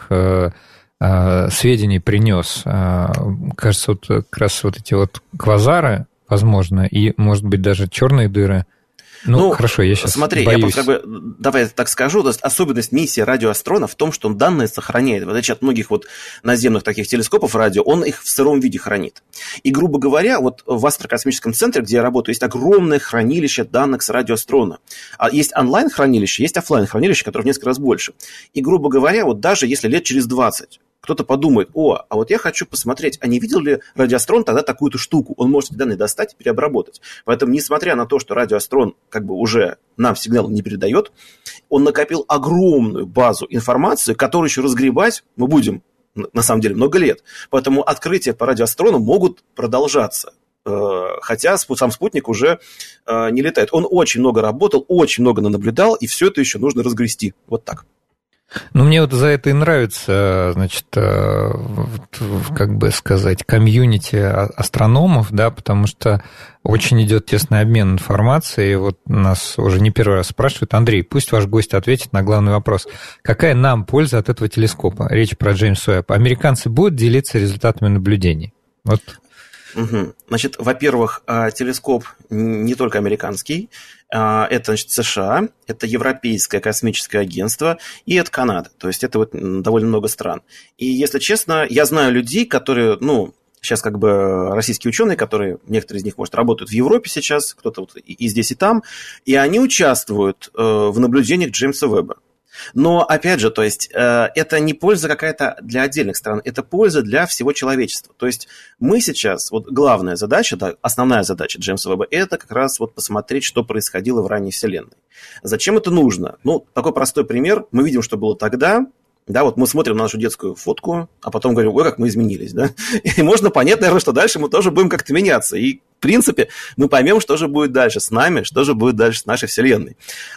сведений принес. Кажется, вот как раз вот эти вот квазары, возможно, и, может быть, даже черные дыры. Ну, ну, хорошо, я сейчас смотри, боюсь. я как бы, давай я так скажу, то есть особенность миссии радиоастрона в том, что он данные сохраняет. В отличие от многих вот наземных таких телескопов радио, он их в сыром виде хранит. И, грубо говоря, вот в астрокосмическом центре, где я работаю, есть огромное хранилище данных с радиоастрона. А есть онлайн-хранилище, есть офлайн-хранилище, которое в несколько раз больше. И, грубо говоря, вот даже если лет через двадцать кто-то подумает, о, а вот я хочу посмотреть, а не видел ли радиоастрон тогда такую-то штуку? Он может эти данные достать и переобработать. Поэтому, несмотря на то, что радиоастрон как бы уже нам сигнал не передает, он накопил огромную базу информации, которую еще разгребать мы будем, на самом деле, много лет. Поэтому открытия по радиоастрону могут продолжаться. Хотя сам спутник уже не летает. Он очень много работал, очень много наблюдал, и все это еще нужно разгрести. Вот так. Ну, мне вот за это и нравится, значит, как бы сказать, комьюнити астрономов, да, потому что очень идет тесный обмен информацией. И вот нас уже не первый раз спрашивают. Андрей, пусть ваш гость ответит на главный вопрос. Какая нам польза от этого телескопа? Речь про Джеймс Уэбб. Американцы будут делиться результатами наблюдений? Вот. Угу. Значит, во-первых, телескоп не только американский, это, значит, США, это Европейское космическое агентство и это Канада. То есть это вот довольно много стран. И, если честно, я знаю людей, которые, ну, сейчас как бы российские ученые, которые, некоторые из них, может, работают в Европе сейчас, кто-то вот и здесь, и там, и они участвуют в наблюдениях Джеймса Уэбба. Но, опять же, то есть, э, это не польза какая-то для отдельных стран, это польза для всего человечества. То есть, мы сейчас, вот главная задача, да, основная задача Джеймса Уэбба, это как раз вот посмотреть, что происходило в ранней Вселенной. Зачем это нужно? Ну, такой простой пример. Мы видим, что было тогда. Да, вот мы смотрим на нашу детскую фотку, а потом говорим, ой, как мы изменились, да. И можно понять, наверное, что дальше мы тоже будем как-то меняться. И, в принципе, мы поймем, что же будет дальше с нами, что же будет дальше с нашей Вселенной.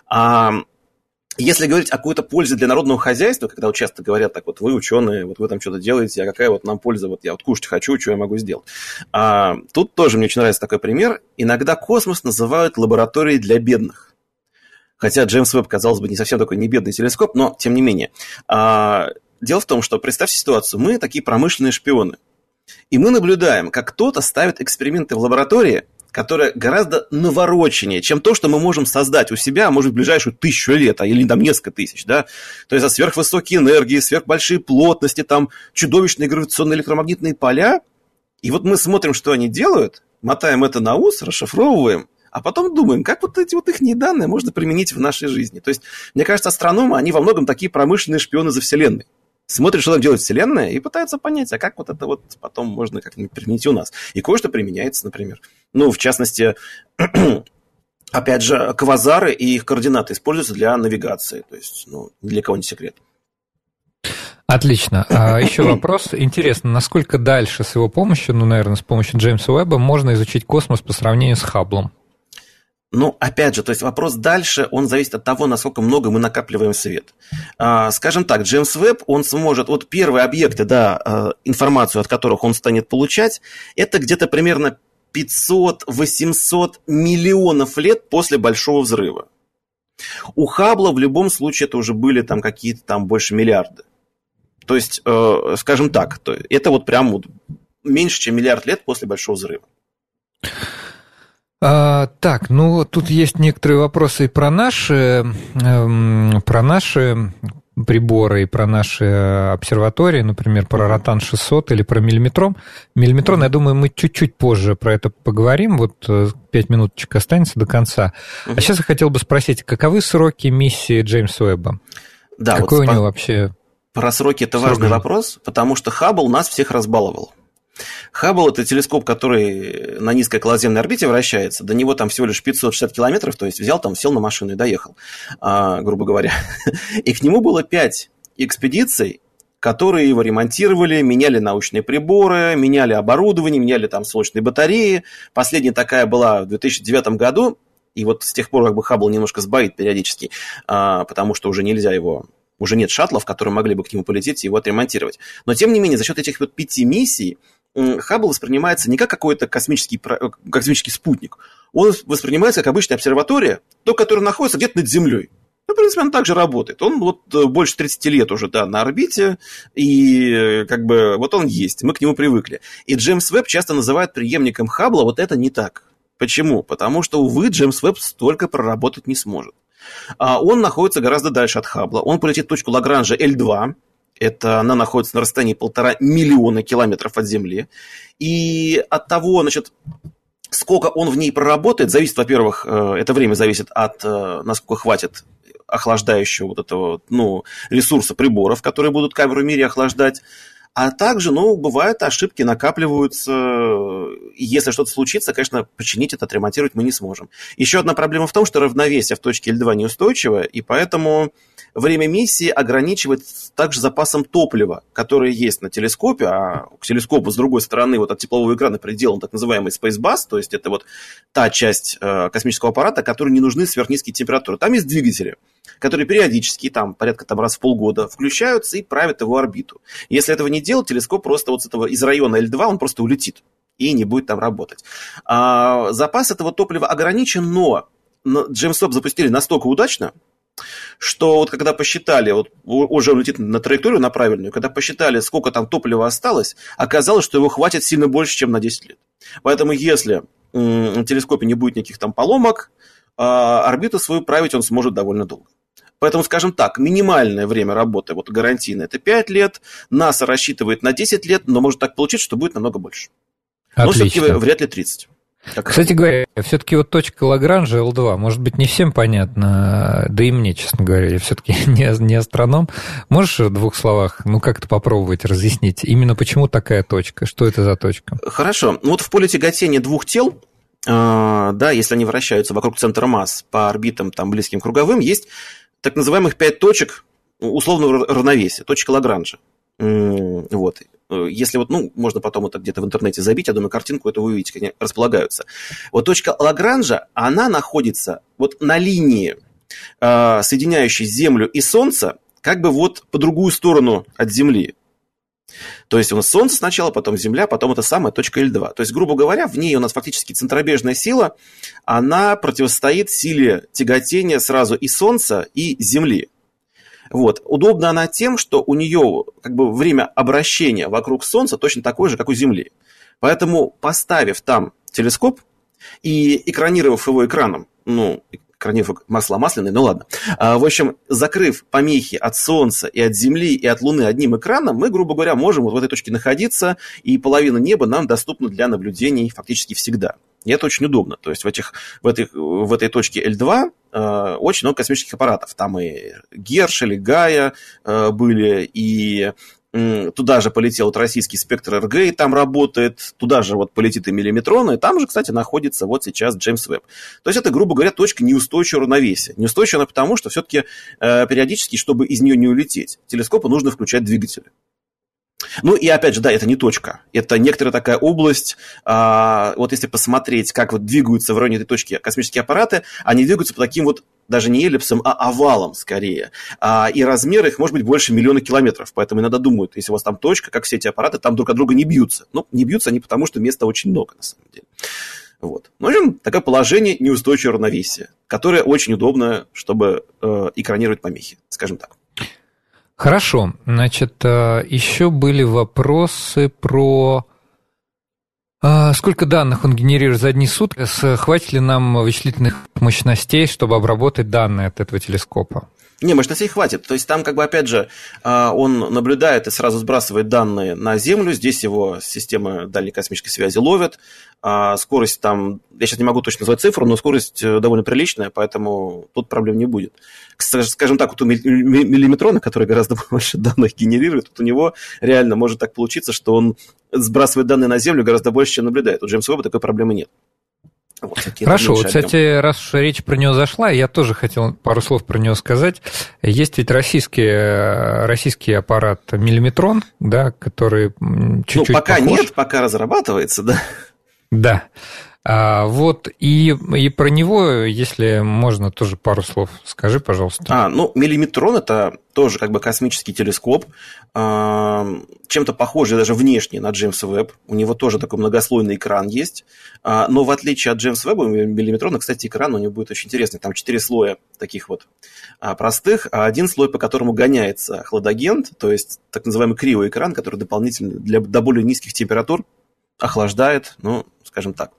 А если говорить о какой-то пользе для народного хозяйства, когда вот часто говорят так, вот вы ученые, вот вы там что-то делаете, а какая вот нам польза, вот я вот кушать хочу, что я могу сделать. А, тут тоже мне очень нравится такой пример. Иногда космос называют лабораторией для бедных. Хотя Джеймс Уэбб, казалось бы, не совсем такой небедный телескоп, но тем не менее. А, дело в том, что, представьте ситуацию, мы такие промышленные шпионы. И мы наблюдаем, как кто-то ставит эксперименты в лаборатории, которая гораздо навороченнее, чем то, что мы можем создать у себя, может, в ближайшую тысячу лет, а или там несколько тысяч, да, то есть за сверхвысокие энергии, сверхбольшие плотности, там чудовищные гравитационные электромагнитные поля, и вот мы смотрим, что они делают, мотаем это на ус, расшифровываем, а потом думаем, как вот эти вот их данные можно применить в нашей жизни. То есть, мне кажется, астрономы, они во многом такие промышленные шпионы за Вселенной. Смотрят, что там делает Вселенная, и пытаются понять, а как вот это вот потом можно как-нибудь применить у нас. И кое-что применяется, например. Ну, в частности, Опять же, квазары и их координаты используются для навигации. То есть, ну, для кого не секрет. Отлично. А еще вопрос. Интересно, насколько дальше с его помощью, ну, наверное, с помощью Джеймса Уэбба, можно изучить космос по сравнению с Хабблом? Ну, опять же, то есть вопрос дальше, он зависит от того, насколько много мы накапливаем свет. А, скажем так, Джеймс Уэбб, он сможет, вот первые объекты, да, информацию от которых он станет получать, это где-то примерно пятьсот-восемьсот миллионов лет после Большого взрыва. У Хаббла в любом случае это уже были там какие-то там больше миллиарда. То есть, э, скажем так, то это вот прям вот меньше, чем миллиард лет после Большого взрыва. А, так, ну тут есть некоторые вопросы и про наши, э, про наши приборы, и про наши обсерватории, например, про Ротан шестьсот или про миллиметрон. Миллиметрон, я думаю, мы чуть-чуть позже про это поговорим, вот пять минуточек останется до конца. Uh-huh. А сейчас я хотел бы спросить, каковы сроки миссии Джеймса Уэбба? Да, Какой вот у него вообще... Про сроки это важный Срок. вопрос, потому что Хаббл нас всех разбаловал. Хаббл – это телескоп, который на низкой околоземной орбите вращается. До него там всего лишь пятьсот шестьдесят километров, то есть взял там, сел на машину и доехал, а, грубо говоря. И к нему было пять экспедиций, которые его ремонтировали, меняли научные приборы, меняли оборудование, меняли там солнечные батареи. Последняя такая была в две тысячи девятом году, и вот с тех пор как бы Хаббл немножко сбоит периодически, а, потому что уже нельзя его... Уже нет шаттлов, которые могли бы к нему полететь и его отремонтировать. Но, тем не менее, за счет этих вот пяти миссий Хаббл воспринимается не как какой-то космический, космический спутник. Он воспринимается как обычная обсерватория, то, которая находится где-то над Землей. Ну, в принципе, он также работает. Он вот больше тридцати лет уже, да, на орбите, и как бы вот он есть, мы к нему привыкли. И Джеймс Уэбб часто называют преемником Хаббла, вот это не так. Почему? Потому что, увы, Джеймс Уэбб столько проработать не сможет. Он находится гораздо дальше от Хаббла. Он полетит в точку Лагранжа Эль два. Это она находится на расстоянии полтора миллиона километров от Земли. И от того, значит, сколько он в ней проработает, зависит, во-первых, это время зависит от, насколько хватит охлаждающего вот этого, ну, ресурса приборов, которые будут камеру в мире охлаждать. А также, ну, бывают ошибки, накапливаются. И если что-то случится, конечно, починить это, отремонтировать мы не сможем. Еще одна проблема в том, что равновесие в точке Эль два неустойчиво, и поэтому время миссии ограничивает также запасом топлива, которое есть на телескопе, а к телескопу с другой стороны вот от теплового экрана приделан так называемый Space Bus, то есть это вот та часть э, космического аппарата, которой не нужны сверхнизкие температуры. Там есть двигатели, которые периодически, там, порядка там, раз в полгода, включаются и правят его орбиту. Если этого не делать, телескоп просто вот с этого, из района Эль два, он просто улетит и не будет там работать. А, запас этого топлива ограничен, но Джеймс Уэбб запустили настолько удачно, что вот когда посчитали, вот уже он летит на траекторию, на правильную, когда посчитали, сколько там топлива осталось, оказалось, что его хватит сильно больше, чем на десять лет. Поэтому если м- на телескопе не будет никаких там поломок, а, орбиту свою править он сможет довольно долго. Поэтому, скажем так, минимальное время работы, вот гарантийное, это пять лет, НАСА рассчитывает на десять лет, но может так получиться, что будет намного больше. Отлично. Но все-таки вряд ли тридцать. Как Кстати говоря, все-таки вот точка Лагранжа Эль два, может быть, не всем понятно, да и мне, честно говоря, я все-таки не, не астроном. Можешь в двух словах, ну, как-то попробовать разъяснить, именно почему такая точка, что это за точка? Хорошо. Ну, вот в поле тяготения двух тел, э, да, если они вращаются вокруг центра масс по орбитам там, близким круговым, есть так называемых пять точек условного равновесия, точка Лагранжа. Вот. Если вот, ну, можно потом это где-то в интернете забить, я думаю, картинку это вы увидите, как они располагаются. Вот точка Лагранжа, она находится вот на линии, э, соединяющей Землю и Солнце, как бы вот по другую сторону от Земли. То есть у нас Солнце сначала, потом Земля, потом это самая точка Эль два. То есть, грубо говоря, в ней у нас фактически центробежная сила, она противостоит силе тяготения сразу и Солнца, и Земли. Вот. Удобна она тем, что у нее как бы время обращения вокруг Солнца точно такое же, как у Земли. Поэтому, поставив там телескоп и экранировав его экраном, ну, экранировав масло масляное, ну ладно, а, в общем, закрыв помехи от Солнца и от Земли и от Луны одним экраном, мы, грубо говоря, можем вот в этой точке находиться, и половина неба нам доступна для наблюдений фактически всегда. И это очень удобно. То есть в, этих, в, этой, в этой точке Эль два э, очень много космических аппаратов. Там и Гершель, и Гая э, были, и туда же полетел вот российский спектр эр джи, и там работает, туда же вот полетит и миллиметрон, и там же, кстати, находится вот сейчас Джеймс Уэбб. То есть это, грубо говоря, точка неустойчивого равновесия. Неустойчивая потому, что все-таки э, периодически, чтобы из нее не улететь, телескопу нужно включать двигатели. Ну и опять же, да, это не точка, это некоторая такая область, а, вот если посмотреть, как вот двигаются в районе этой точки космические аппараты, они двигаются по таким вот, даже не эллипсам, а овалам скорее, а, и размер их может быть больше миллиона километров, поэтому иногда думают, если у вас там точка, как все эти аппараты, там друг от друга не бьются. Ну, не бьются они потому, что места очень много на самом деле. Вот. Ну, в общем, такое положение неустойчивого равновесия, которое очень удобно, чтобы э, экранировать помехи, скажем так. Хорошо, значит, еще были вопросы про сколько данных он генерирует за одни сутки, хватит ли нам вычислительных мощностей, чтобы обработать данные от этого телескопа? Не, мощностей хватит. То есть там, как бы, опять же, он наблюдает и сразу сбрасывает данные на Землю. Здесь его системы дальней космической связи ловят. Скорость там, я сейчас не могу точно назвать цифру, но скорость довольно приличная, поэтому тут проблем не будет. Скажем так, вот у миллиметрона, который гораздо больше данных генерирует, вот у него реально может так получиться, что он сбрасывает данные на Землю гораздо больше, чем наблюдает. У Джеймса Уэбба такой проблемы нет. Вот, Хорошо, вот, кстати, раз уж речь про него зашла, я тоже хотел пару слов про него сказать. Есть ведь российский, российский аппарат миллиметрон, да, который чуть-чуть Ну, пока похож. Нет, пока разрабатывается, да. Да. А, вот, и, и про него, если можно, тоже пару слов скажи, пожалуйста. А, ну, миллиметрон – это тоже как бы космический телескоп, чем-то похожий даже внешне на Джеймса Уэбб. У него тоже такой многослойный экран есть, но в отличие от Джеймса Уэбба, у миллиметрона, кстати, экран у него будет очень интересный. Там четыре слоя таких вот простых, а один слой, по которому гоняется хладагент, то есть так называемый криоэкран, который дополнительно для, до более низких температур охлаждает, ну, скажем так,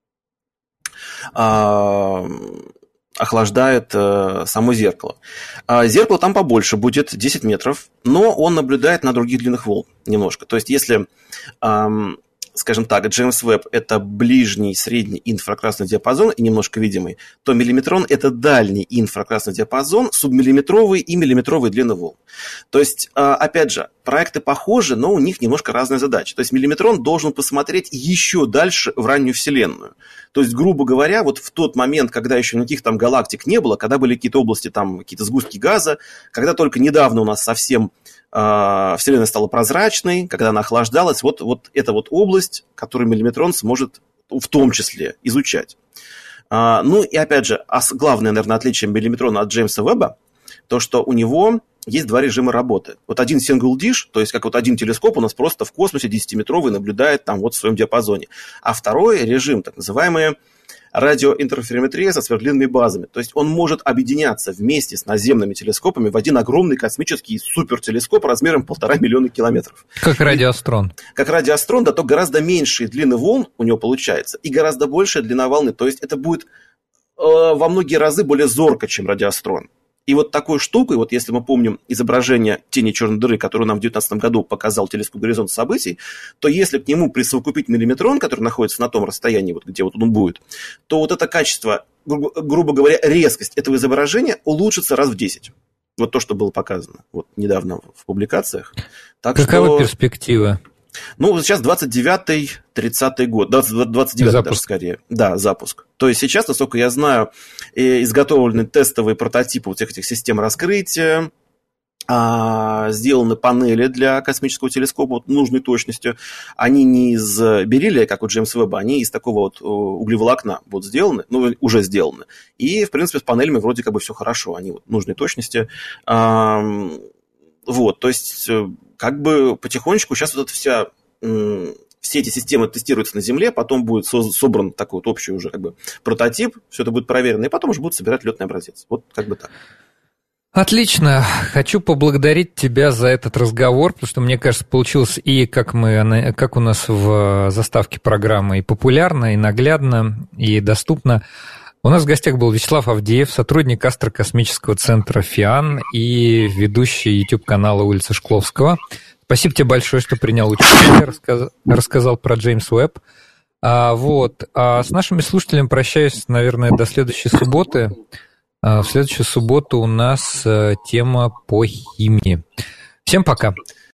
охлаждает э, само зеркало. А зеркало там побольше будет, десять метров, но он наблюдает на других длинных волн немножко. То есть, если, э, скажем так, Джеймс Уэбб – это ближний, средний инфракрасный диапазон и немножко видимый, то миллиметрон – это дальний инфракрасный диапазон, субмиллиметровый и миллиметровый длины волн. То есть, э, опять же, проекты похожи, но у них немножко разная задача. То есть, миллиметрон должен посмотреть еще дальше в раннюю Вселенную. То есть, грубо говоря, вот в тот момент, когда еще никаких там галактик не было, когда были какие-то области, там какие-то сгустки газа, когда только недавно у нас совсем э, Вселенная стала прозрачной, когда она охлаждалась, вот, вот эта вот область, которую миллиметрон сможет в том числе изучать. А, ну и опять же, главное, наверное, отличие миллиметрона от Джеймса Уэбба, то, что у него есть два режима работы. Вот один single dish, то есть как вот один телескоп у нас просто в космосе десятиметровый наблюдает там вот в своем диапазоне. А второй режим, так называемая радиоинтерферометрия со сверхдлинными базами. То есть он может объединяться вместе с наземными телескопами в один огромный космический супертелескоп размером полтора миллиона километров. Как радиоастрон. Как радиоастрон, да, то гораздо меньшие длины волн у него получается и гораздо большая длина волны. То есть это будет э, во многие разы более зорко, чем радиоастрон. И вот такой штукой, вот если мы помним изображение тени черной дыры, которую нам в две тысячи девятнадцатом году показал телескоп «Горизонт событий», то если к нему присовокупить миллиметрон, который находится на том расстоянии, вот где вот он будет, то вот это качество, гру- грубо говоря, резкость этого изображения улучшится раз в десять. Вот то, что было показано вот недавно в публикациях. Так Какова что... перспектива? Ну, сейчас двадцать девятый тридцатый год, двадцать, двадцать девятый даже скорее. Да, запуск. То есть сейчас, насколько я знаю, изготовлены тестовые прототипы вот всех этих систем раскрытия, сделаны панели для космического телескопа вот, нужной точностью. Они не из бериллия, как у Джеймса Уэбба, они из такого вот углеволокна будут сделаны, ну, уже сделаны. И, в принципе, с панелями вроде как бы все хорошо, они вот нужной точности. Вот, то есть, как бы потихонечку сейчас вот эта вся, все эти системы тестируются на Земле, потом будет собран такой вот общий уже как бы прототип, все это будет проверено, и потом уже будут собирать летный образец. Вот как бы так. Отлично. Хочу поблагодарить тебя за этот разговор, потому что, мне кажется, получилось и как, мы, как у нас в заставке программы, и популярно, и наглядно, и доступно. У нас в гостях был Вячеслав Авдеев, сотрудник астрокосмического центра ФИАН и ведущий YouTube-канала «Улица Шкловского». Спасибо тебе большое, что принял участие, рассказал, рассказал про Джеймс Уэбб. А, вот. А с нашими слушателями прощаюсь, наверное, до следующей субботы. А, в следующую субботу у нас тема по химии. Всем пока.